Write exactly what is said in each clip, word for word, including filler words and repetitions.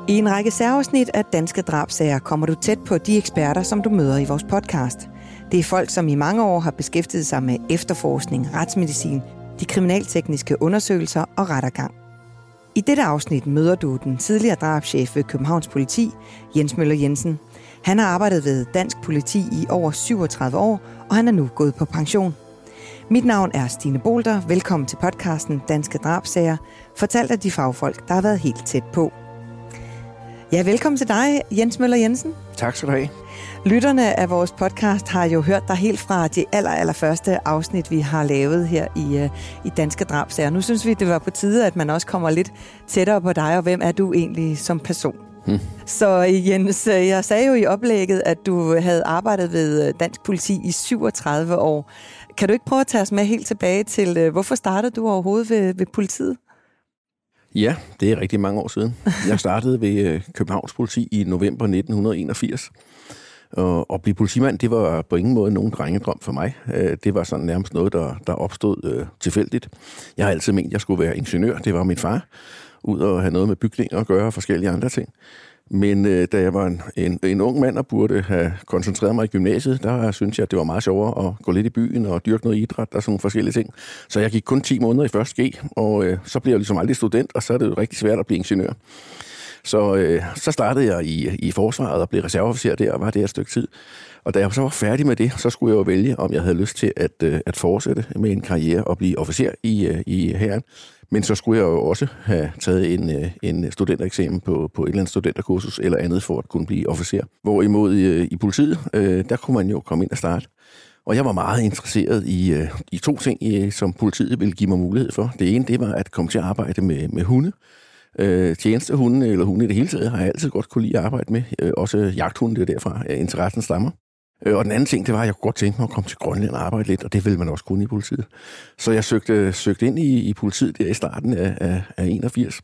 I en række særafsnit af Danske Drabsager kommer du tæt på de eksperter, som du møder i vores podcast. Det er folk, som i mange år har beskæftiget sig med efterforskning, retsmedicin, de kriminaltekniske undersøgelser og rettergang. I dette afsnit møder du den tidligere drabschef ved Københavns Politi, Jens Møller Jensen. Han har arbejdet ved dansk politi i over syvogtredive år, og han er nu gået på pension. Mit navn er Stine Bolter. Velkommen til podcasten Danske Drabsager, fortalt af de fagfolk, der har været helt tæt på. Ja, velkommen til dig, Jens Møller Jensen. Tak skal du have. Lytterne af vores podcast har jo hørt dig helt fra de aller, aller første afsnit, vi har lavet her i, uh, i Danske Drabsager. Nu synes vi, det var på tide, at man også kommer lidt tættere på dig, og hvem er du egentlig som person? Hmm. Så Jens, jeg sagde jo i oplægget, at du havde arbejdet ved dansk politi i syvogtredive år. Kan du ikke prøve at tage os med helt tilbage til, uh, hvorfor startede du overhovedet ved, ved politiet? Ja, det er rigtig mange år siden. Jeg startede ved Københavns Politi i november nitten enogfirs. Og at blive politimand, det var på ingen måde nogen drengedrøm for mig. Det var sådan nærmest noget, der, der opstod tilfældigt. Jeg har altid ment, at jeg skulle være ingeniør. Det var min far. Ud og have noget med bygninger at gøre og forskellige andre ting. Men øh, da jeg var en, en, en ung mand og burde have koncentreret mig i gymnasiet, der syntes jeg, at det var meget sjovere at gå lidt i byen og dyrke noget idræt og sådan nogle forskellige ting. Så jeg gik kun ti måneder i første G, og øh, så blev jeg ligesom aldrig student, og så er det jo rigtig svært at blive ingeniør. Så, øh, så startede jeg i, i forsvaret og blev reserveofficer der og var der et stykke tid. Og da jeg så var færdig med det, så skulle jeg jo vælge, om jeg havde lyst til at, øh, at fortsætte med en karriere og blive officer i, øh, i hæren. Men så skulle jeg jo også have taget en, en studentereksamen på, på et eller andet studenterkursus eller andet for at kunne blive officer. Hvorimod i, i politiet, øh, der kunne man jo komme ind og starte. Og jeg var meget interesseret i, øh, i to ting, i, som politiet ville give mig mulighed for. Det ene, det var at komme til at arbejde med, med hunde. Øh, tjenestehunde eller hunde i det hele taget har jeg altid godt kunne lide at arbejde med. Øh, også jagthunde, det er derfra interessen stammer. Og den anden ting, det var, at jeg kunne godt tænke mig at komme til Grønland og arbejde lidt, og det ville man også kunne i politiet. Så jeg søgte, søgte ind i, i politiet der i starten af, af, af enogfirs,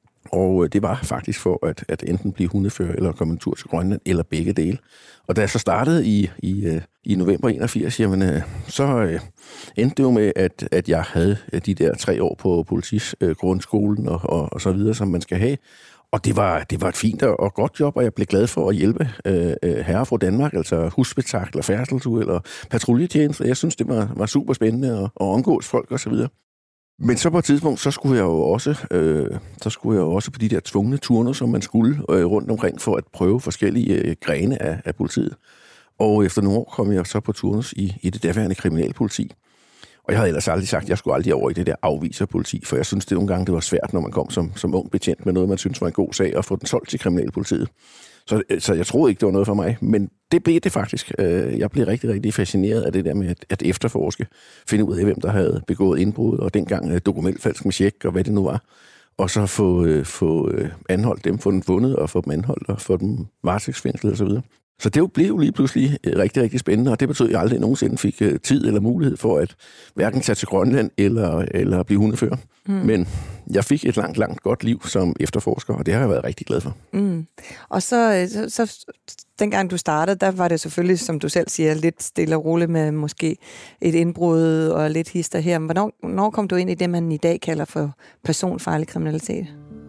og det var faktisk for at, at enten blive hundefører eller komme en tur til Grønland, eller begge dele. Og da jeg så startede i, i, i november enogfirs, jamen, så endte det jo med, at, at jeg havde de der tre år på politis grundskolen og, og, og så videre, som man skal have. Og det var, det var et fint og godt job, og jeg blev glad for at hjælpe øh, herrer fra Danmark, altså husspektakler, færdselsuheld, patruljetjenester. Jeg synes, det var, var super spændende at, at omgås folk og så videre. Men så på et tidspunkt, så skulle jeg jo også, øh, så skulle jeg jo også på de der tvungne turner, som man skulle øh, rundt omkring for at prøve forskellige øh, grene af, af politiet. Og efter nogle år kom jeg så på turnus i, i det derværende kriminalpoliti. Og jeg havde ellers aldrig sagt, at jeg skulle aldrig over i det der afviserpoliti, for jeg synes, det nogle gange det var svært, når man kom som, som ung betjent med noget, man synes var en god sag, at få den solgt til kriminalpolitiet. Så, så jeg troede ikke, det var noget for mig, men det blev det faktisk. Jeg blev rigtig, rigtig fascineret af det der med at, at efterforske, finde ud af, hvem der havde begået indbrud, og dengang dokumentfalsk med check, og hvad det nu var. Og så få, få anholdt dem, få dem fundet, og få dem anholdt, og få dem varetægtsfængslet og så videre. Så det blev jo lige pludselig rigtig, rigtig spændende, og det betød, at jeg aldrig nogensinde fik tid eller mulighed for at hverken tage til Grønland eller, eller blive hundefører. Mm. Men jeg fik et langt, langt godt liv som efterforsker, og det har jeg været rigtig glad for. Mm. Og så, så, så dengang du startede, der var det selvfølgelig, som du selv siger, lidt stille og roligt med måske et indbrud og lidt hister her. Hvornår, hvornår kom du ind i det, man i dag kalder for personfarlig kriminalitet?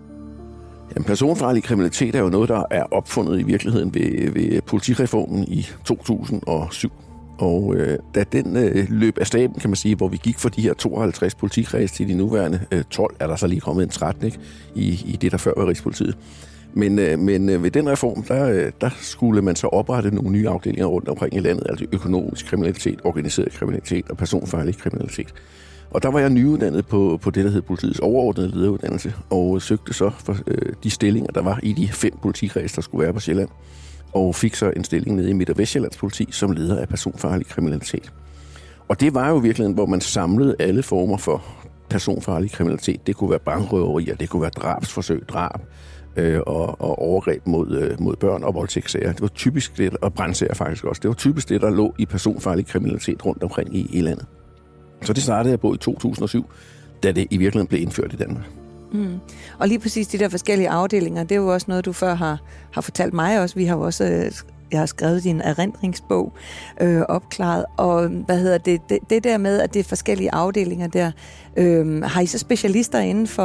Jamen, personfarlig kriminalitet er jo noget, der er opfundet i virkeligheden ved, ved politireformen i to tusind og syv. Og øh, da den øh, løb af staben, kan man sige, hvor vi gik fra de her tooghalvtreds politikreds til de nuværende øh, tolv, er der så lige kommet en tretten, ikke? I, i det, der før var Rigspolitiet. Men, øh, men øh, ved den reform, der, der skulle man så oprette nogle nye afdelinger rundt omkring i landet, altså økonomisk kriminalitet, organiseret kriminalitet og personfarlig kriminalitet. Og der var jeg nyuddannet på, på det, der hed politiets overordnede lederuddannelse, og søgte så for øh, de stillinger, der var i de fem politikredse, der skulle være på Sjælland, og fik så en stilling nede i Midt- og Vestjyllands politi som leder af personfarlig kriminalitet. Og det var jo virkelig, hvor man samlede alle former for personfarlig kriminalitet. Det kunne være bankrøverier, det kunne være drabsforsøg, drab øh, og, og overgreb mod, øh, mod børn og voldtægtssager. Det var typisk det, og brandsager faktisk også. Det var typisk det, der lå i personfarlig kriminalitet rundt omkring i, i landet. Så det startede jeg på i to tusind og syv, da det i virkeligheden blev indført i Danmark. Mm. Og lige præcis de der forskellige afdelinger, det er jo også noget, du før har, har fortalt mig også. Vi har jo også, jeg har skrevet din erindringsbog øh, opklaret, og hvad hedder det, det, det der med, at det er forskellige afdelinger der, øh, har I så specialister inden for,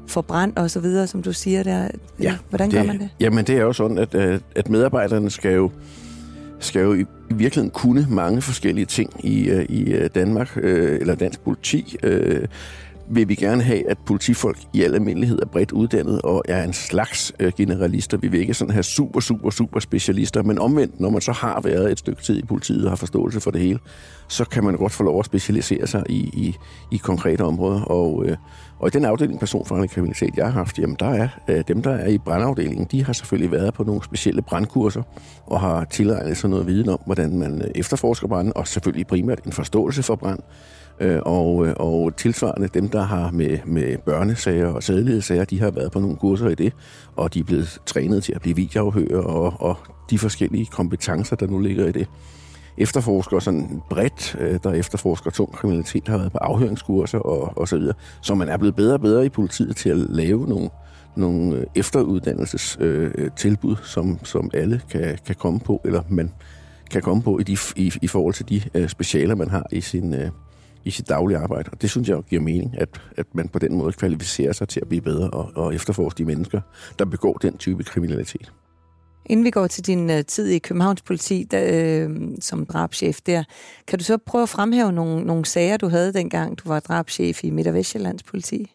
for brand og så videre, som du siger der. Ja, Hvordan det, gør man det? Jamen det er jo sådan, at, at medarbejderne skal jo, skal jo i virkeligheden kunne mange forskellige ting i, i Danmark, eller dansk politi. Vil vi gerne have, at politifolk i al almindelighed er bredt uddannet og er en slags generalister. Vi vil ikke sådan have super, super, super specialister, men omvendt, når man så har været et stykke tid i politiet og har forståelse for det hele, så kan man godt få lov at specialisere sig i, i, i konkrete områder. Og, og i den afdeling personfarlig kriminalitet, jeg har haft, jamen der er dem, der er i brandafdelingen, de har selvfølgelig været på nogle specielle brandkurser og har tilegnet sig noget viden om, hvordan man efterforsker brand, og selvfølgelig primært en forståelse for brand. Og, og tilsvarende dem, der har med, med børnesager og sædelighedssager, de har været på nogle kurser i det, og de er blevet trænet til at blive videoafhører, og, og de forskellige kompetencer, der nu ligger i det. Efterforskere sådan bredt, der efterforsker tung kriminalitet, har været på afhøringskurser og, og så videre. Så man er blevet bedre og bedre i politiet til at lave nogle, nogle efteruddannelsestilbud, som, som alle kan, kan komme på, eller man kan komme på i, de, i, i forhold til de specialer, man har i sin... i sit daglige arbejde. Og det synes jeg giver mening, at, at man på den måde kvalificerer sig til at blive bedre og, og efterforske de mennesker, der begår den type kriminalitet. Inden vi går til din uh, tid i Københavns Politi der, øh, som drabschef der, kan du så prøve at fremhæve nogle, nogle sager, du havde dengang, du var drabschef i Midt- og Vestjyllands Politi?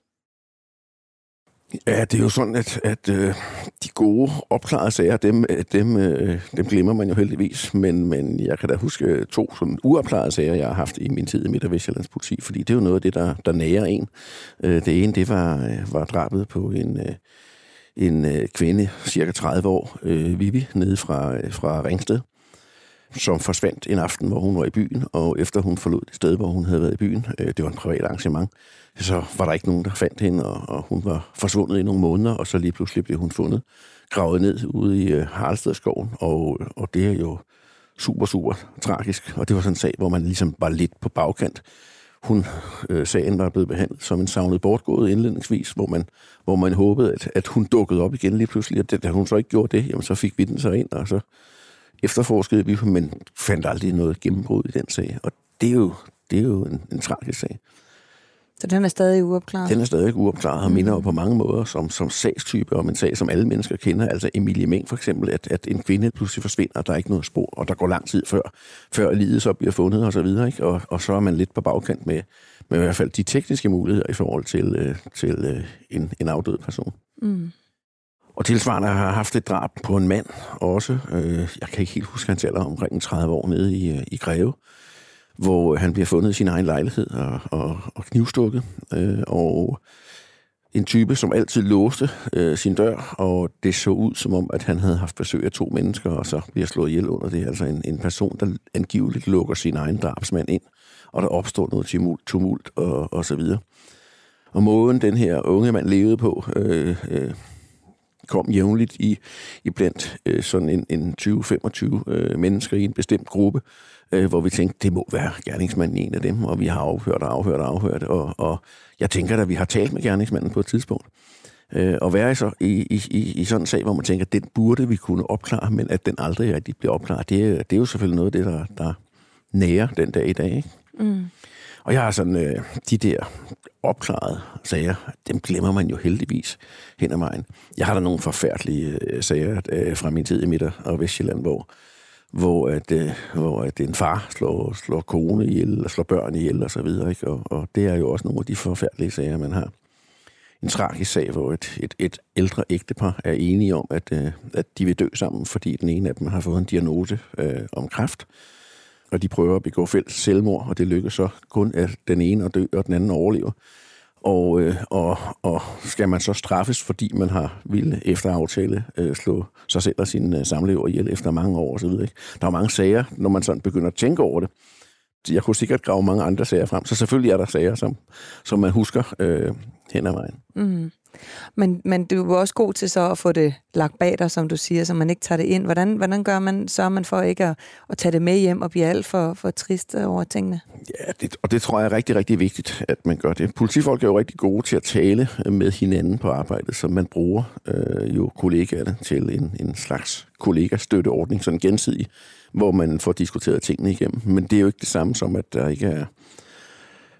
Ja, det er jo sådan, at, at øh, de gode opklarede sager, dem, dem, øh, dem glemmer man jo heldigvis, men, men jeg kan da huske to sådan uopklarede sager, jeg har haft i min tid i Midt- og Vestjyllands Politi, fordi det er jo noget af det, der, der nærer en. Øh, det ene, det var, var drabet på en, øh, en øh, kvinde, cirka tredive år, øh, Vivi, nede fra, øh, fra Ringsted, som forsvandt en aften, hvor hun var i byen, og efter hun forlod det sted, hvor hun havde været i byen, øh, det var en privat arrangement, så var der ikke nogen, der fandt hende, og, og hun var forsvundet i nogle måneder, og så lige pludselig blev hun fundet, gravet ned ude i øh, Haraldstedskoven, og, og det er jo super, super tragisk, og det var sådan en sag, hvor man ligesom var lidt på bagkant. Hun, øh, sagen var blevet behandlet som en savnet bortgået indledningsvis, hvor man, hvor man håbede, at, at hun dukkede op igen lige pludselig, og det, da hun så ikke gjorde det, jamen så fik vi den så ind, og så efterforskede vi, men fandt aldrig noget gennembrud i den sag, og det er jo, det er jo en, en tragisk sag. Så den er stadig uopklaret? Den er stadig uopklaret, og minder jo på mange måder som, som sagstype om en sag, som alle mennesker kender. Altså Emilie Meng for eksempel, at, at en kvinde pludselig forsvinder, og der er ikke noget spor, og der går lang tid før, før livet så bliver fundet og så videre, ikke? Og, og så er man lidt på bagkant med, med i hvert fald de tekniske muligheder i forhold til, øh, til øh, en, en afdød person. Mm. Og tilsvarende har jeg haft et drab på en mand også. Øh, jeg kan ikke helt huske hans alder, omkring tredive år nede i, i Greve, hvor han bliver fundet i sin egen lejlighed og, og, og knivstukket. Øh, og en type, som altid låste øh, sin dør, og det så ud som om, at han havde haft besøg af to mennesker, og så bliver slået ihjel under det. Altså en, en person, der angiveligt lukker sin egen drabsmand ind, og der opstår noget tumult, tumult og, og så videre. Og måden, den her unge mand levede på, øh, øh, kom jævnligt i, i blandt øh, sådan en, en tyve til femogtyve øh, mennesker i en bestemt gruppe, øh, hvor vi tænkte, det må være gerningsmanden en af dem, og vi har afhørt og afhørt og afhørt, og, og jeg tænker, at vi har talt med gerningsmanden på et tidspunkt. Øh, og være i, så, i, i, i sådan en sag, hvor man tænker, at den burde vi kunne opklare, men at den aldrig rigtig bliver opklaret, det, det er jo selvfølgelig noget af det, der, der nærer den dag i dag, ikke? Mm. Og jeg har sådan, øh, de der opklarede sager, dem glemmer man jo heldigvis hen ad vejen. Jeg har der nogle forfærdelige øh, sager øh, fra min tid i Midt- og Vestjylland, hvor, hvor, at, øh, hvor at en far slår, slår kone ihjel, og slår børn ihjel og så videre, ikke? Og, og det er jo også nogle af de forfærdelige sager, man har. En tragisk sag, hvor et, et, et ældre ægtepar er enige om, at, øh, at de vil dø sammen, fordi den ene af dem har fået en diagnose øh, om kræft. Og de prøver at begå fælles selvmord, og det lykkes så kun, at den ene er død, og den anden overlever. Og, øh, og, og skal man så straffes, fordi man har ville efter aftale øh, slå sig selv og sin øh, samlever ihjel efter mange år osv. Der er mange sager, når man sådan begynder at tænke over det. Jeg kunne sikkert grave mange andre sager frem, så selvfølgelig er der sager, som, som man husker øh, hen ad vejen. Mm. Men, men du er jo også god til så at få det lagt bag dig, som du siger, så man ikke tager det ind. Hvordan, hvordan gør man, sørger man for ikke at, at tage det med hjem og blive alt for, for trist over tingene? Ja, det, og det tror jeg er rigtig, rigtig vigtigt, at man gør det. Politifolk er jo rigtig gode til at tale med hinanden på arbejdet, så man bruger øh, jo kollegaerne til en, en slags kollegastøtteordning, sådan gensidig, hvor man får diskuteret tingene igennem. Men det er jo ikke det samme som, at der ikke er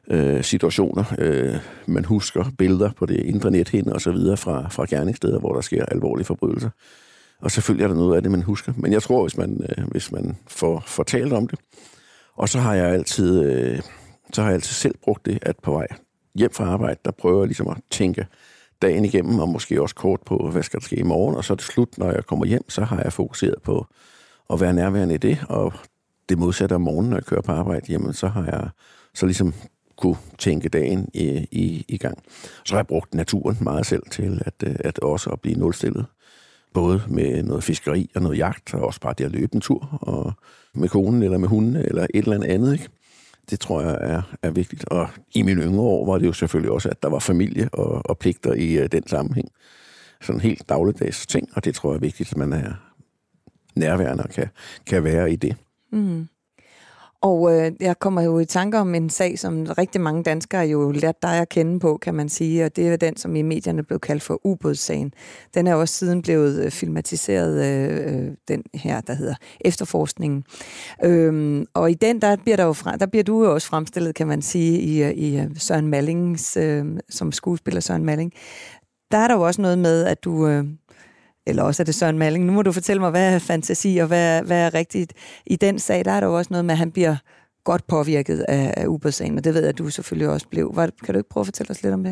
øh, situationer. Øh, man husker billeder på det indre nethinde og så videre fra, fra gerningssteder, hvor der sker alvorlige forbrydelser. Og selvfølgelig er der noget af det, man husker. Men jeg tror, hvis man, øh, hvis man får fortalt om det, og så har jeg altid, øh, så har jeg altid selv brugt det, at på vej hjem fra arbejde, der prøver jeg ligesom at tænke dagen igennem, og måske også kort på, hvad skal der ske i morgen, og så er det slut, når jeg kommer hjem, så har jeg fokuseret på at være nærværende i det, og det modsatte om morgenen, når jeg kører på arbejde, jamen så har jeg så ligesom kunne tænke dagen i, i, i gang. Så har jeg brugt naturen meget selv til at, at også at blive nulstillet. Både med noget fiskeri og noget jagt, og også bare det at løbe en tur, og med konen eller med hunden eller et eller andet ikke? Det tror jeg er, er vigtigt. Og i mine yngre år var det jo selvfølgelig også, at der var familie og, og pligter i uh, den sammenhæng. Sådan helt dagligdags ting, og det tror jeg er vigtigt, at man er nærværende og kan, kan være i det. Mm. Og øh, jeg kommer jo i tanker om en sag, som rigtig mange danskere jo lært dig at kende på, kan man sige, og det er den, som i medierne blev kaldt for ubådssagen. Den er også siden blevet filmatiseret, øh, den her, der hedder Efterforskningen. Øhm, og i den, der bliver, der, jo fra, der bliver du jo også fremstillet, kan man sige, i, i Søren Mallings, øh, som skuespiller Søren Malling. Der er der jo også noget med, at du... Øh, eller også er det Søren Malling. Nu må du fortælle mig, hvad er fantasi, og hvad, hvad er rigtigt. I den sag, der er der jo også noget med, at han bliver godt påvirket af, af ubådssagen, og det ved jeg, at du selvfølgelig også blev. Kan du ikke prøve at fortælle os lidt om det?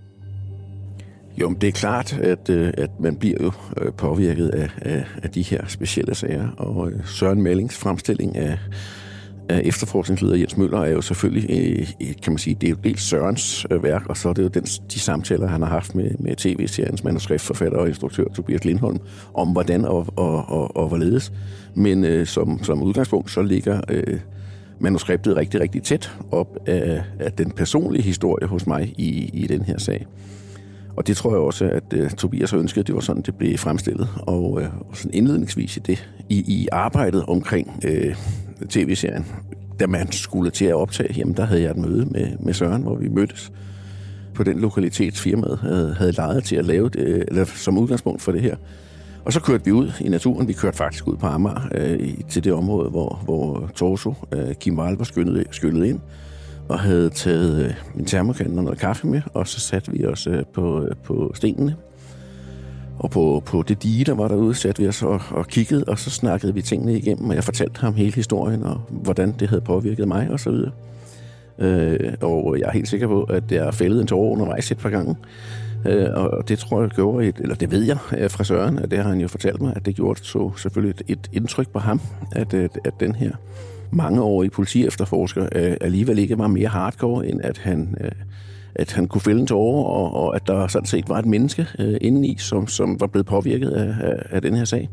Jo, men det er klart, at, at man bliver jo påvirket af, af, af de her specielle sager, og Søren Mallings fremstilling af efterforskningsleder Jens Møller er jo selvfølgelig, kan man sige, det er jo dels Sørens værk, og så er det jo den, de samtaler, han har haft med, med tv-seriens manuskriptforfatter og instruktør Tobias Lindholm, om hvordan og, og, og, og hvorledes. Men øh, som, som udgangspunkt, så ligger øh, manuskriptet rigtig, rigtig tæt op af, af den personlige historie hos mig i, i den her sag. Og det tror jeg også, at øh, Tobias har ønsket, at det var sådan, det blev fremstillet. Og, øh, og sådan indledningsvis i det, i, i arbejdet omkring øh, tv-serien, da man skulle til at optage, jamen der havde jeg et møde med, med Søren, hvor vi mødtes på den lokalitet, firmaet havde, havde lejet til at lave det, eller som udgangspunkt for det her. Og så kørte vi ud i naturen. Vi kørte faktisk ud på Amager øh, til det område, hvor, hvor Torso, øh, Kim Wall var skyllet, skyllet ind, og havde taget øh, en termokan og noget kaffe med, og så satte vi os øh, på, øh, på stenene. Og på, på det dige, der var derude, satte vi os og, og kiggede, og så snakkede vi tingene igennem, og jeg fortalte ham hele historien, og hvordan det havde påvirket mig, og så videre. Øh, og jeg er helt sikker på, at jeg har fældet en tårer undervejs et par gange. Øh, og det tror jeg gjorde et, eller det ved jeg fra Søren, at det har han jo fortalt mig, at det gjorde så selvfølgelig et, et indtryk på ham, at, at, at den her mangeårige politiefterforsker øh, alligevel ikke var mere hardcore, end at han... Øh, at han kunne fælde en tårer, og, og at der sådan set var et menneske øh, indeni, som, som var blevet påvirket af, af, af den her sag.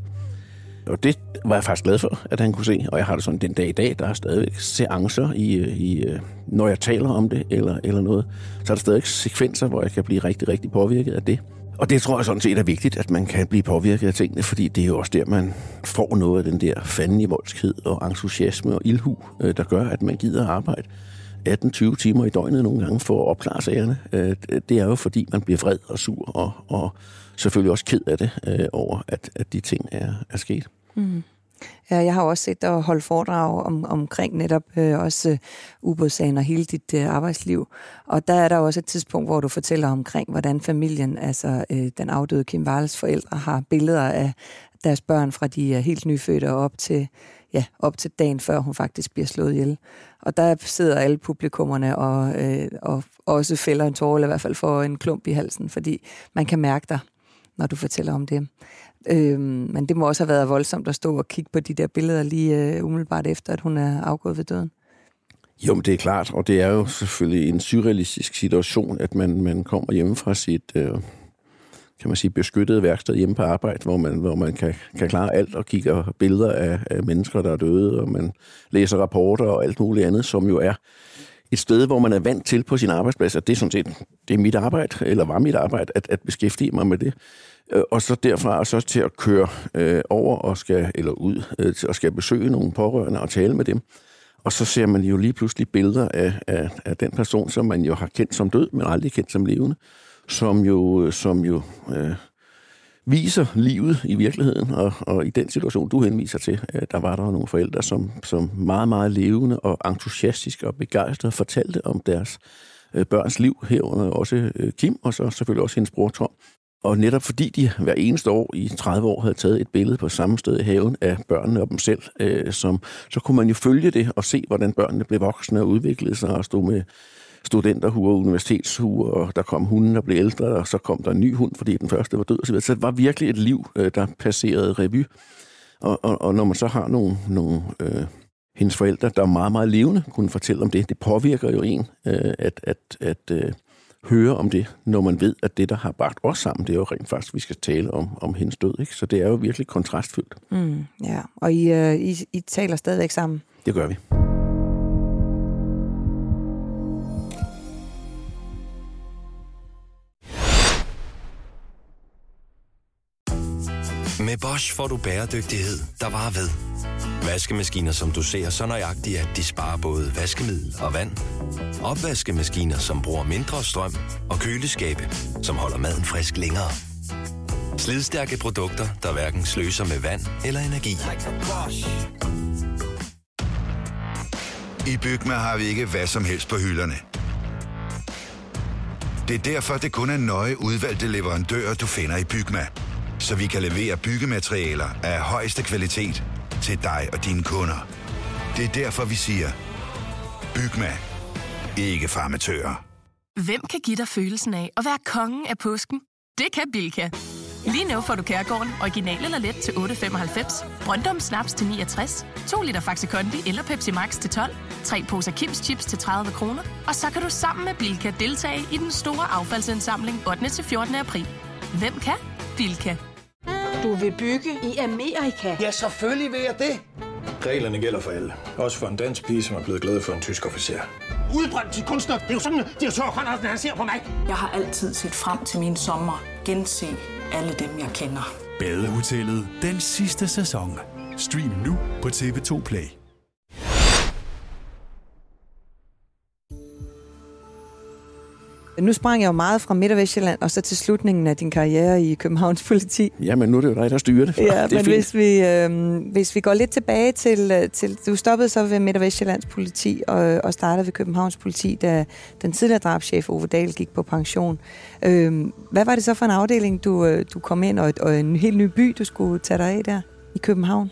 Og det var jeg faktisk glad for, at han kunne se, og jeg har det sådan den dag i dag, der er stadigvæk seancer, i, i, når jeg taler om det eller, eller noget, så er der stadig sekvenser, hvor jeg kan blive rigtig, rigtig påvirket af det. Og det tror jeg sådan set er vigtigt, at man kan blive påvirket af tingene, fordi det er jo også der, man får noget af den der fandenivoldskhed voldskhed og entusiasme og ildhu, øh, der gør, at man gider arbejde atten til tyve timer i døgnet nogle gange for at opklare sagerne. Det er jo fordi, man bliver vred og sur, og, og selvfølgelig også ked af det øh, over, at, at de ting er, er sket. Mm. Ja, jeg har også set dig holde foredrag om, omkring netop øh, også øh, ubådssagen og hele dit øh, arbejdsliv. Og der er der også et tidspunkt, hvor du fortæller omkring, hvordan familien, altså øh, den afdøde Kim Walls forældre, har billeder af deres børn fra de er helt nyfødte og op til, ja, op til dagen før hun faktisk bliver slået ihjel. Og der sidder alle publikummerne og, øh, og også fælder en tårer, eller i hvert fald får en klump i halsen, fordi man kan mærke dig, når du fortæller om det. Øhm, men det må også have været voldsomt at stå og kigge på de der billeder lige øh, umiddelbart efter, at hun er afgået ved døden. Jo, men det er klart, og det er jo selvfølgelig en surrealistisk situation, at man, man kommer hjemme fra sit, øh, kan man sige, beskyttede værksted hjemme på arbejde, hvor man, hvor man kan, kan klare alt og kigger billeder af, af mennesker, der er døde, og man læser rapporter og alt muligt andet, som jo er et sted, hvor man er vant til på sin arbejdsplads, at det er sådan set, det er mit arbejde, eller var mit arbejde, at, at beskæftige mig med det. Og så derfra og så til at køre øh, over og skal, eller ud øh, og skal besøge nogle pårørende og tale med dem. Og så ser man jo lige pludselig billeder af, af, af den person, som man jo har kendt som død, men aldrig kendt som levende, som jo, som jo øh, viser livet i virkeligheden, og, og i den situation, du henviser til, der var der nogle forældre, som, som meget, meget levende og entusiastiske og begejstrede fortalte om deres børns liv, herunder også Kim, og så selvfølgelig også hendes bror Tom. Og netop fordi de hver eneste år i tredive år havde taget et billede på samme sted i haven af børnene og dem selv, øh, som, så kunne man jo følge det og se, hvordan børnene blev voksne og udviklede sig og stod med studenterhuer og universitetshuer, og der kom hunden, der blev ældre, og så kom der en ny hund, fordi den første var død og så videre. Så det var virkelig et liv, der passerede revy. Og, og, og når man så har nogle, nogle øh, hendes forældre, der er meget, meget levende, kunne fortælle om det, det påvirker jo en, øh, at, at, at øh, høre om det, når man ved, at det, der har bragt os sammen, det er jo rent faktisk, vi skal tale om, om hendes død. Ikke? Så det er jo virkelig kontrastfyldt. Mm, ja, og I, øh, I, I taler stadigvæk sammen? Det gør vi. Med Bosch får du bæredygtighed, der varer ved. Vaskemaskiner, som du ser så nøjagtigt, at de sparer både vaskemiddel og vand. Opvaskemaskiner, som bruger mindre strøm. Og køleskabe, som holder maden frisk længere. Slidstærke produkter, der hverken sløser med vand eller energi. I Bygma har vi ikke hvad som helst på hylderne. Det er derfor, det kun er nøje udvalgte leverandører, du finder i Bygma. Så vi kan levere byggematerialer af højeste kvalitet til dig og dine kunder. Det er derfor, vi siger, Bygma. Ikke farmatører. Hvem kan give dig følelsen af at være kongen af påsken? Det kan Bilka. Lige nu får du Kærgården original eller let til otte femoghalvfems, Brøndum Snaps til niogtres, to liter Faxi Kondi eller Pepsi Max til tolv, tre poser Kims Chips til tredive kroner, og så kan du sammen med Bilka deltage i den store affaldsindsamling ottende til fjortende april. Hvem kan? Bilka. Du vil bygge i Amerika? Ja, selvfølgelig vil jeg det. Reglerne gælder for alle. Også for en dansk pige, som er blevet glad for en tysk officer. Udbrændt til kunstner. Det er jo sådan, at de har tørt, han ser på mig. Jeg har altid set frem til min sommer. Gense alle dem, jeg kender. Badehotellet den sidste sæson. Stream nu på T V to Play. Nu sprang jeg jo meget fra Midt- og Vestjylland, og så til slutningen af din karriere i Københavns Politi. Jamen, nu er det jo dig, der styrer det. Ja, det er men hvis vi, øh, hvis vi går lidt tilbage til, til... Du stoppede så ved Midt- og Vestjyllands Politi, og, og startede ved Københavns Politi, da den tidligere drabschef Ove Dahl gik på pension. Øh, hvad var det så for en afdeling, du, du kom ind, og, og en helt ny by, du skulle tage dig af der i København?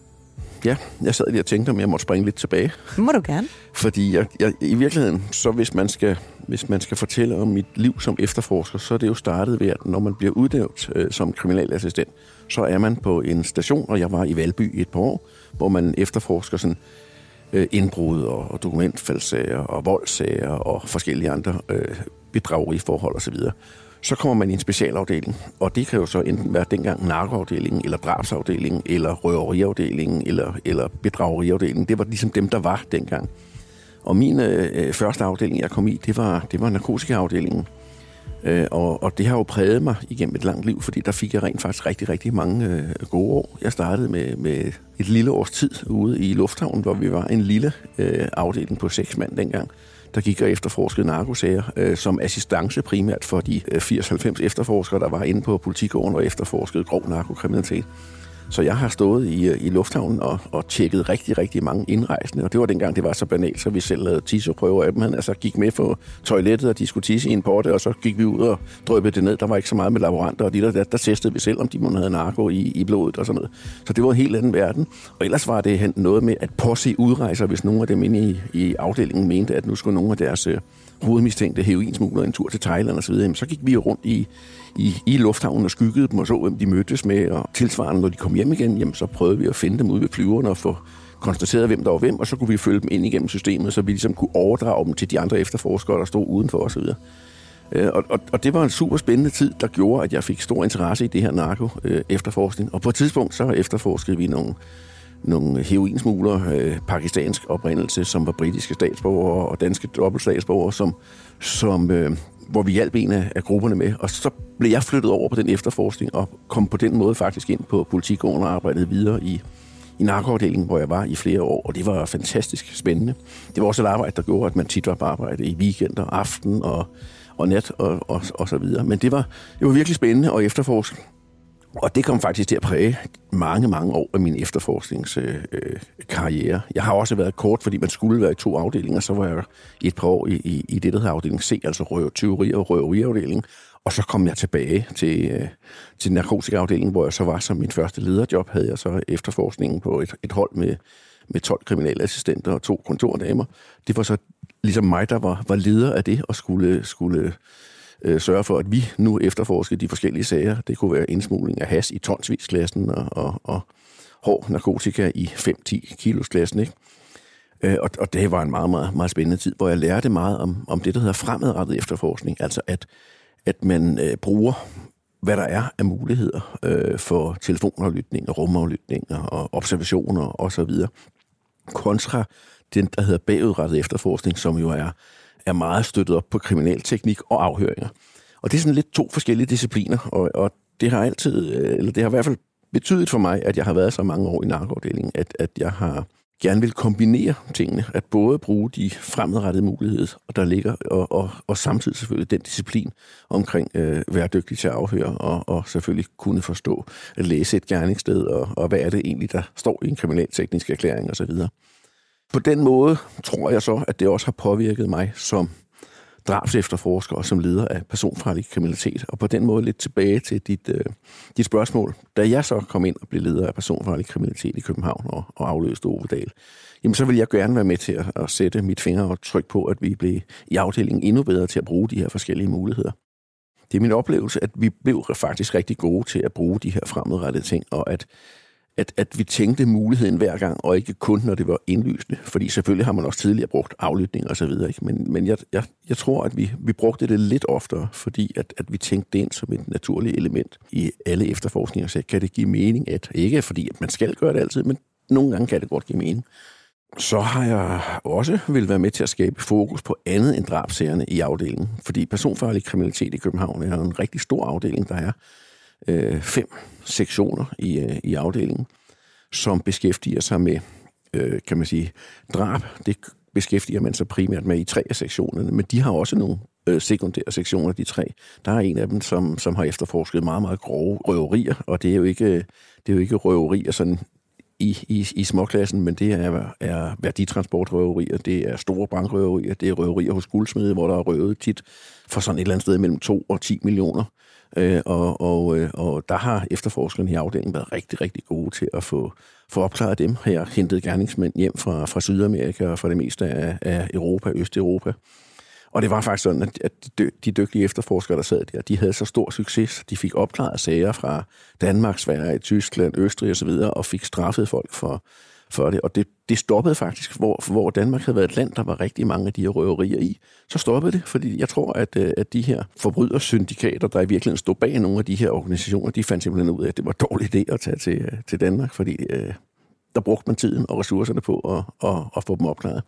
Ja, jeg sad lige og tænkte, om jeg måtte springe lidt tilbage. Det må du gerne. Fordi jeg, jeg, i virkeligheden, så hvis man, skal, hvis man skal fortælle om mit liv som efterforsker, så er det jo startet ved, at når man bliver uddævnt øh, som kriminalassistent, så er man på en station, og jeg var i Valby i et par år, hvor man efterforsker sådan øh, indbrud og, og dokumentfaldssager og voldssager og forskellige andre øh, bedrageriforhold osv. Så kommer man i en specialafdeling, og det kan jo så enten være dengang narkoafdelingen, eller drabsafdelingen, eller røveriafdelingen, eller, eller bedrageriafdelingen. Det var ligesom dem, der var dengang. Og min øh, første afdeling, jeg kom i, det var, det var narkotikaafdelingen. Øh, og, og det har jo præget mig igennem et langt liv, fordi der fik jeg rent faktisk rigtig, rigtig mange øh, gode år. Jeg startede med, med et lille års tid ude i Lufthavnen, hvor vi var en lille øh, afdeling på seks mand dengang. Der gik jeg efterforskede narkosager øh, som assistance primært for de øh, firs til halvfems efterforskere, der var inde på politigården og efterforskede grov narkokriminalitet. Så jeg har stået i, i lufthavnen og, og tjekket rigtig, rigtig mange indrejsende, og det var dengang, det var så banalt, så vi selv lavede tisseprøver af dem. Han altså gik med på toilettet, og de skulle tisse i en porte, og så gik vi ud og drøbede det ned. Der var ikke så meget med laboranter, og de der, der, der testede vi selv, om de havde narko i, i blodet og sådan noget. Så det var en helt anden verden. Og ellers var det noget med at påse udrejser, hvis nogle af dem inde i, i afdelingen mente, at nu skulle nogle af deres øh, hovedmistænkte heroinsmuglere en tur til Thailand og så videre. Så gik vi rundt i I, i lufthavnen og skyggede dem og så, hvem de mødtes med, og tilsvarende, når de kom hjem igen, jamen, så prøvede vi at finde dem ude ved flyverne og få konstateret, hvem der var hvem, og så kunne vi følge dem ind igennem systemet, så vi ligesom kunne overdrage dem til de andre efterforskere, der stod udenfor osv. Og, og, og det var en super spændende tid, der gjorde, at jeg fik stor interesse i det her narko-efterforskning. Og på et tidspunkt, så efterforskede vi nogle, nogle heroinsmuglere, øh, pakistansk oprindelse, som var britiske statsborgere og danske dobbeltstatsborgere, som, som øh, hvor vi hjalp en af, af grupperne med. Og så blev jeg flyttet over på den efterforskning og kom på den måde faktisk ind på politigården og arbejdede videre i, i narkoafdelingen, hvor jeg var i flere år. Og det var fantastisk spændende. Det var også et arbejde, der gjorde, at man tit var på arbejde i weekender, aften og, og nat og, og, og så videre. Men det var, det var virkelig spændende at efterforske. Og det kom faktisk til at præge mange, mange år af min efterforskningskarriere. Øh, jeg har også været kort, fordi man skulle være i to afdelinger. Så var jeg i et par år i, i, i det, der hedder afdeling C, altså røv, tyveri- og røveriafdelingen. Og så kom jeg tilbage til, øh, til narkotikaafdelingen, hvor jeg så var som min første lederjob, havde jeg så efterforskningen på et, et hold med, med tolv kriminalassistenter og to kontordamer. Det var så ligesom mig, der var, var leder af det og skulle... skulle Øh, sørge for, at vi nu efterforskede de forskellige sager. Det kunne være indsmugling af hash i tonsvis-klassen og, og, og hård narkotika i fem til ti kilos-klassen. Ikke? Øh, og, og det var en meget, meget, meget spændende tid, hvor jeg lærte meget om, om det, der hedder fremadrettet efterforskning. Altså at, at man øh, bruger, hvad der er af muligheder øh, for telefonaflytning og rumaflytning og observationer osv. kontra den, der hedder bagudrettet efterforskning, som jo er er meget støttet op på kriminalteknik og afhøringer. Og det er sådan lidt to forskellige discipliner, og, og det har altid, eller det har i hvert fald betydet for mig, at jeg har været så mange år i narkoafdelingen, at, at jeg har gerne vil kombinere tingene, at både bruge de fremadrettede muligheder, og der ligger, og, og, og samtidig selvfølgelig den disciplin omkring øh, være dygtig til at afhøre, og, og selvfølgelig kunne forstå at læse et gerningssted, og, og hvad er det egentlig, der står i en kriminalteknisk erklæring osv. På den måde tror jeg så, at det også har påvirket mig som drabsefterforsker og som leder af personfarlig kriminalitet. Og på den måde lidt tilbage til dit, øh, dit spørgsmål. Da jeg så kom ind og blev leder af personfarlig kriminalitet i København og, og afløste Ove Dahl, jamen så vil jeg gerne være med til at, at sætte mit fingeraftryk på, at vi blev i afdelingen endnu bedre til at bruge de her forskellige muligheder. Det er min oplevelse, at vi blev faktisk rigtig gode til at bruge de her fremadrettede ting, og at At, at vi tænkte muligheden hver gang, og ikke kun, når det var indlysende. Fordi selvfølgelig har man også tidligere brugt aflytning og så videre. Ikke? Men, men jeg, jeg, jeg tror, at vi, vi brugte det lidt oftere, fordi at, at vi tænkte det ind som et naturligt element i alle efterforskninger. Så kan det give mening, at ikke fordi at man skal gøre det altid, men nogle gange kan det godt give mening. Så har jeg også vil være med til at skabe fokus på andet end drabssagerne i afdelingen. Fordi personfarlig kriminalitet i København er en rigtig stor afdeling, der er øh, fem sektioner i, øh, i afdelingen, som beskæftiger sig med, øh, kan man sige, drab. Det beskæftiger man sig primært med i tre af sektionerne, men de har også nogle øh, sekundære sektioner, de tre. Der er en af dem, som, som har efterforsket meget, meget grove røverier, og det er jo ikke, det er jo ikke røverier sådan i, i, i småklassen, men det er, er værditransportrøverier, det er store bankrøverier, det er røverier hos guldsmede, hvor der er røvet tit for sådan et eller andet sted mellem to og ti millioner. Øh, og, og, og der har efterforskerne i afdelingen været rigtig, rigtig gode til at få, få opklaret dem. Her hentet gerningsmænd hjem fra, fra Sydamerika og fra det meste af, af Europa, Østeuropa. Og det var faktisk sådan, at, at de dygtige efterforskere, der sad der, de havde så stor succes. De fik opklaret sager fra Danmark, Sverige, Tyskland, Østrig osv., og fik straffet folk for, for det. Og det, det stoppede faktisk, hvor, hvor Danmark havde været et land, der var rigtig mange af de her røverier i. Så stoppede det, fordi jeg tror, at, at de her forbrydersyndikater, der i virkeligheden stod bag nogle af de her organisationer, de fandt simpelthen ud af, at det var en dårlig idé at tage til, til Danmark, fordi øh, der brugte man tiden og ressourcerne på at, at, at få dem opklaret.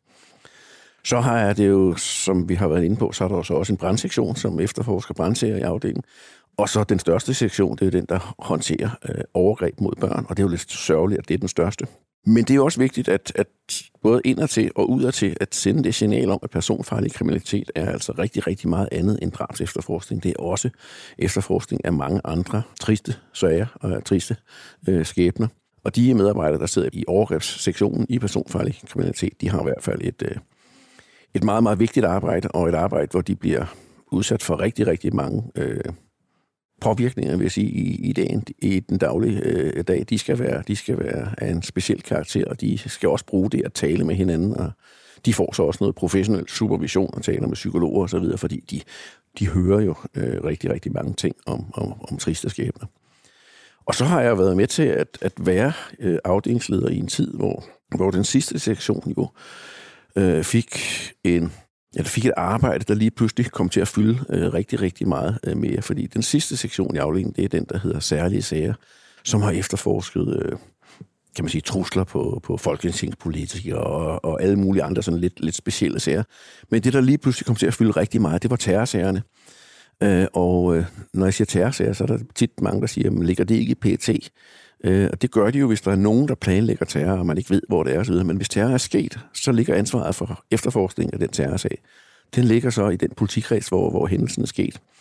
Så har jeg det jo, som vi har været inde på, så er der så også en brandsektion, som efterforsker brandsager i afdelingen. Og så den største sektion, det er den, der håndterer øh, overgreb mod børn, og det er jo lidt sørgeligt, at det er den største. Men det er også vigtigt, at, at både indadtil og udadtil, at sende det signal om, at personfarlig kriminalitet er altså rigtig, rigtig meget andet end drabsefterforskning. Det er også efterforskning af mange andre triste sager og triste øh, skæbner. Og de medarbejdere, der sidder i overgrebssektionen i personfarlig kriminalitet, de har i hvert fald et, øh, et meget, meget vigtigt arbejde, og et arbejde, hvor de bliver udsat for rigtig, rigtig mange øh, påvirkninger, vil jeg sige, i, i, dagen, i den daglige øh, dag. De skal, være, de skal være af en speciel karakter, og de skal også bruge det at tale med hinanden, og de får så også noget professionel supervision og taler med psykologer osv., fordi de, de hører jo øh, rigtig, rigtig mange ting om, om, om triste skæbner. Og så har jeg været med til at, at være øh, afdelingsleder i en tid, hvor, hvor den sidste sektion jo øh, fik en Jeg fik et arbejde, der lige pludselig kom til at fylde øh, rigtig, rigtig meget øh, mere, fordi den sidste sektion i afdelingen, det er den, der hedder særlige sager, som har efterforsket, øh, kan man sige, trusler på, på folketingspolitikere og, og alle mulige andre sådan lidt, lidt specielle sager. Men det, der lige pludselig kom til at fylde rigtig meget, det var terrorsagerne. Øh, og øh, når jeg siger terrorsager, så er der tit mange, der siger, men ligger det ikke i P E T? Øh, og det gør de jo, hvis der er nogen, der planlægger terror, og man ikke ved, hvor det er osv. Men hvis terror er sket, så ligger ansvaret for efterforskning af den terrorsag. Den ligger så i den politikreds, hvor, hvor hændelsen er sket.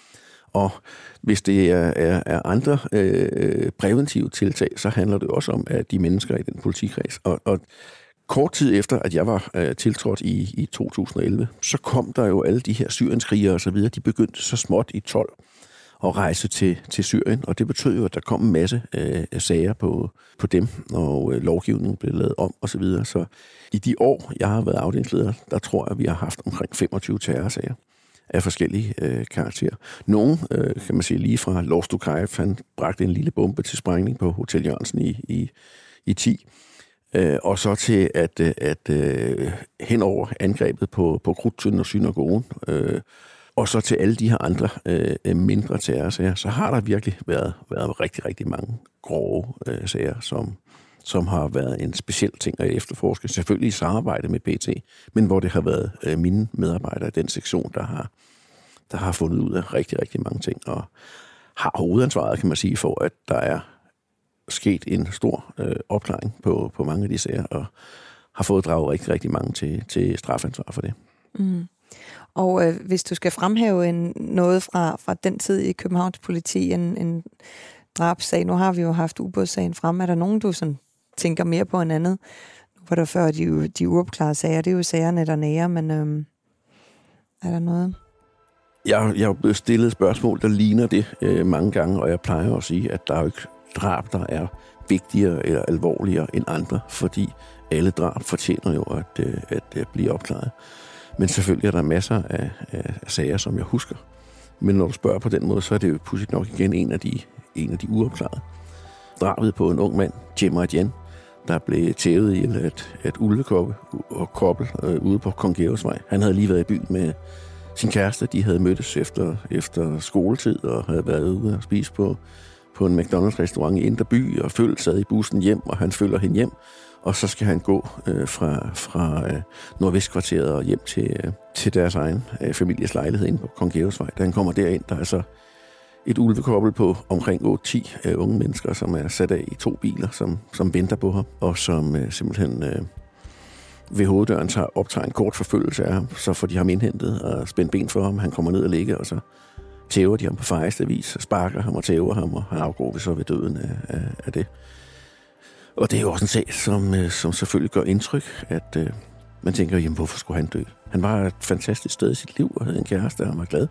Og hvis det er, er, er andre øh, præventive tiltag, så handler det også om, at de mennesker i den politikreds. Og, og kort tid efter, at jeg var øh, tiltrådt i, i to tusind og elleve, så kom der jo alle de her syrienskrigere og så videre. De begyndte så småt i tolv at rejse til, til Syrien, og det betød jo, at der kom en masse øh, sager på, på dem, og øh, lovgivningen blev lavet om og så videre. Så i de år, jeg har været afdelingsleder, der tror jeg, at vi har haft omkring femogtyve terrorsager af forskellige øh, karakterer. Nogle, øh, kan man sige, lige fra Lors Dukaev, han bragte en lille bombe til sprængning på Hotel Jørgensen i, i, i ti, øh, og så til at, at øh, henover angrebet på, på Krudttønden og synagogen, øh, og så til alle de her andre øh, mindre terrorsager, så har der virkelig været, været rigtig, rigtig mange grove øh, sager, som, som har været en speciel ting at efterforske. Selvfølgelig i samarbejde med P T, men hvor det har været øh, mine medarbejdere i den sektion, der har, der har fundet ud af rigtig, rigtig mange ting, og har hovedansvaret, kan man sige, for at der er sket en stor øh, opklaring på, på mange af de sager, og har fået draget rigtig, rigtig mange til, til strafansvar for det. Mm. Og øh, hvis du skal fremhæve en, noget fra, fra den tid i Københavns politi, en, en drabsag, nu har vi jo haft ubådssagen frem, er der nogen, du sådan tænker mere på end andet? Nu var der før de, de uopklarede sager, det er jo sagerne, der nærer, men øh, er der noget? Jeg, jeg er blevet stillet spørgsmål, der ligner det øh, mange gange, og jeg plejer at sige, at der er jo ikke drab, der er vigtigere eller alvorligere end andre, fordi alle drab fortjener jo at, øh, at, at blive opklaret. Men selvfølgelig er der masser af, af, af sager, som jeg husker. Men når du spørger på den måde, så er det jo pudsigt nok igen en af de, en af de uopklarede. Drabet på en ung mand, Djemer Adjen, der blev tævet i et, et ulvekobbel og kobbel øh, ude på Kong Georgs Vej. Han havde lige været i byen med sin kæreste. De havde mødtes efter, efter skoletid og havde været ude og spise på, på en McDonald's-restaurant i Indre By, og følte sad i bussen hjem, og han følger hende hjem. Og så skal han gå øh, fra, fra øh, Nordvestkvarteret og hjem til, øh, til deres egen øh, families lejlighed inde på Kong Georgs Vej. Da han kommer derind, der er så et ulvekobbel på omkring otte ti øh, unge mennesker, som er sat af i to biler, som, som venter på ham, og som øh, simpelthen øh, ved hoveddøren tager, optager en kort forfølgelse af ham. Så får de ham indhentet og spændt ben for ham. Han kommer ned og ligger, og så tæver de ham på fejeste vis, sparker ham og tæver ham, og han afgår så ved døden af, af, af det. Og det er jo også en sag, som, som selvfølgelig gør indtryk, at øh, man tænker, jamen, hvorfor skulle han dø? Han var et fantastisk sted i sit liv, og havde en kæreste, og han var glad.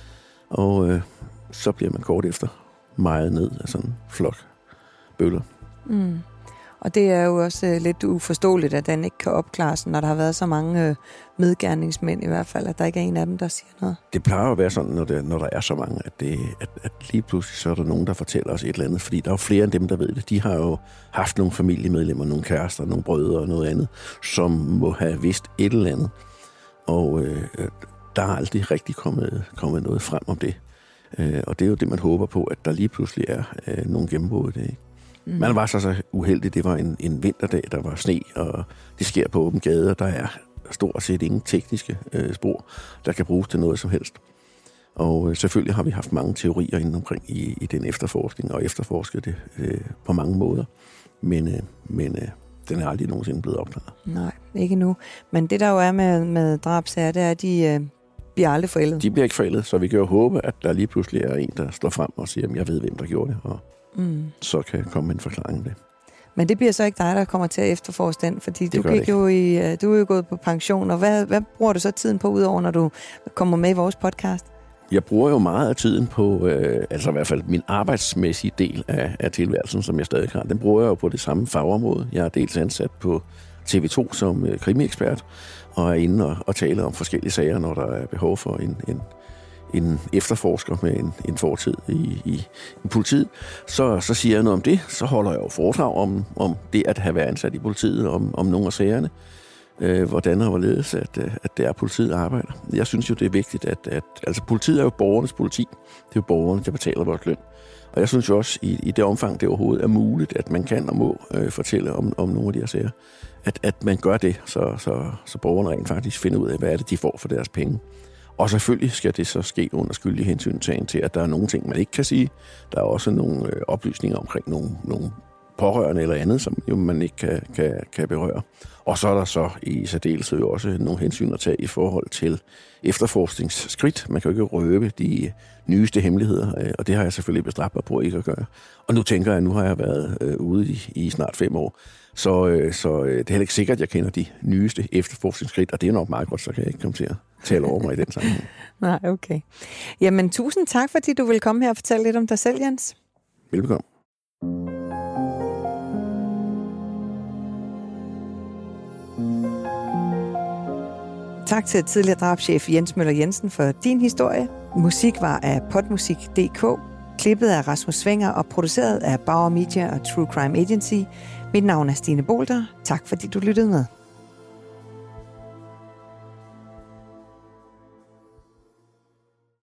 Og øh, så bliver man kort efter mejet ned af sådan en flok bøller. Mm. Og det er jo også øh, lidt uforståeligt, at den ikke kan opklares, når der har været så mange øh, medgerningsmænd i hvert fald, at der ikke er en af dem, der siger noget. Det plejer at være sådan, når, det, når der er så mange, at, det, at, at lige pludselig så er der nogen, der fortæller os et eller andet, fordi der er jo flere end dem, der ved det. De har jo haft nogle familiemedlemmer, nogle kærester, nogle brødre og noget andet, som må have vidst et eller andet. Og øh, der er aldrig rigtig kommet, kommet noget frem om det. Øh, og det er jo det, man håber på, at der lige pludselig er øh, nogle gennembrud i det, ikke? Mm. Man var så, så uheldig, det var en, en vinterdag, der var sne, og det sker på åben gade, og der er stort set ingen tekniske øh, spor, der kan bruges til noget som helst. Og øh, selvfølgelig har vi haft mange teorier inden omkring i, i den efterforskning, og efterforsket det øh, på mange måder, men, øh, men øh, den er aldrig nogensinde blevet opklaret. Nej, ikke nu. Men det der jo er med, med drabsager, det er, at de øh, bliver aldrig forældet. De bliver ikke forældet, så vi kan jo håbe, at der lige pludselig er en, der står frem og siger, at jeg ved, hvem der gjorde det, og mm. så kan komme en forklaring af det. Men det bliver så ikke dig, der kommer til at efterforske den, fordi du, gik jo i, du er jo gået på pension, og hvad, hvad bruger du så tiden på, udover når du kommer med i vores podcast? Jeg bruger jo meget af tiden på, øh, altså i hvert fald min arbejdsmæssige del af, af tilværelsen, som jeg stadig har. Den bruger jeg jo på det samme fagområde. Jeg er dels ansat på T V to som øh, krimiekspert, og er inde og, og taler om forskellige sager, når der er behov for en, en, en efterforsker med en, en fortid i, i, i politiet. Så, så siger jeg noget om det. Så holder jeg jo foredrag om, om det at have været ansat i politiet, om, om nogle af sagerne. Øh, hvordan og hvorledes, at, at det er politiet arbejder. Jeg synes jo, det er vigtigt, at, at altså politiet er jo borgernes politi. Det er jo borgerne, der betaler vores løn. Og jeg synes jo også, i, i det omfang, det overhovedet er muligt, at man kan og må øh, fortælle om, om nogle af de her sager, at, at man gør det, så, så, så borgerne rent faktisk finder ud af, hvad er det, de får for deres penge. Og selvfølgelig skal det så ske under skyldig hensyntagen til, at der er nogle ting, man ikke kan sige. Der er også nogle øh, oplysninger omkring nogle, nogle pårørende eller andet, som jo man ikke kan, kan, kan berøre. Og så er der så i særdeleshed jo også nogle hensyn at tage i forhold til efterforskningsskridt. Man kan jo ikke røbe de nyeste hemmeligheder, og det har jeg selvfølgelig bestræbt mig på ikke at gøre. Og nu tænker jeg, at nu har jeg været øh, ude i, i snart fem år, så, øh, så øh, det er heller ikke sikkert, at jeg kender de nyeste efterforskningsskridt, og det er nok meget godt, så kan jeg ikke komme til at tale over mig i den sammenhæng. Nej, okay. Jamen, tusind tak, fordi du vil komme her og fortælle lidt om dig selv, Jens. Velbekomme. Tak til tidligere drabschef Jens Møller Jensen for din historie. Musik var af podmusik punktum d k, klippet af Rasmus Svinger og produceret af Bauer Media og True Crime Agency. Mit navn er Stine Bolter. Tak fordi du lyttede med.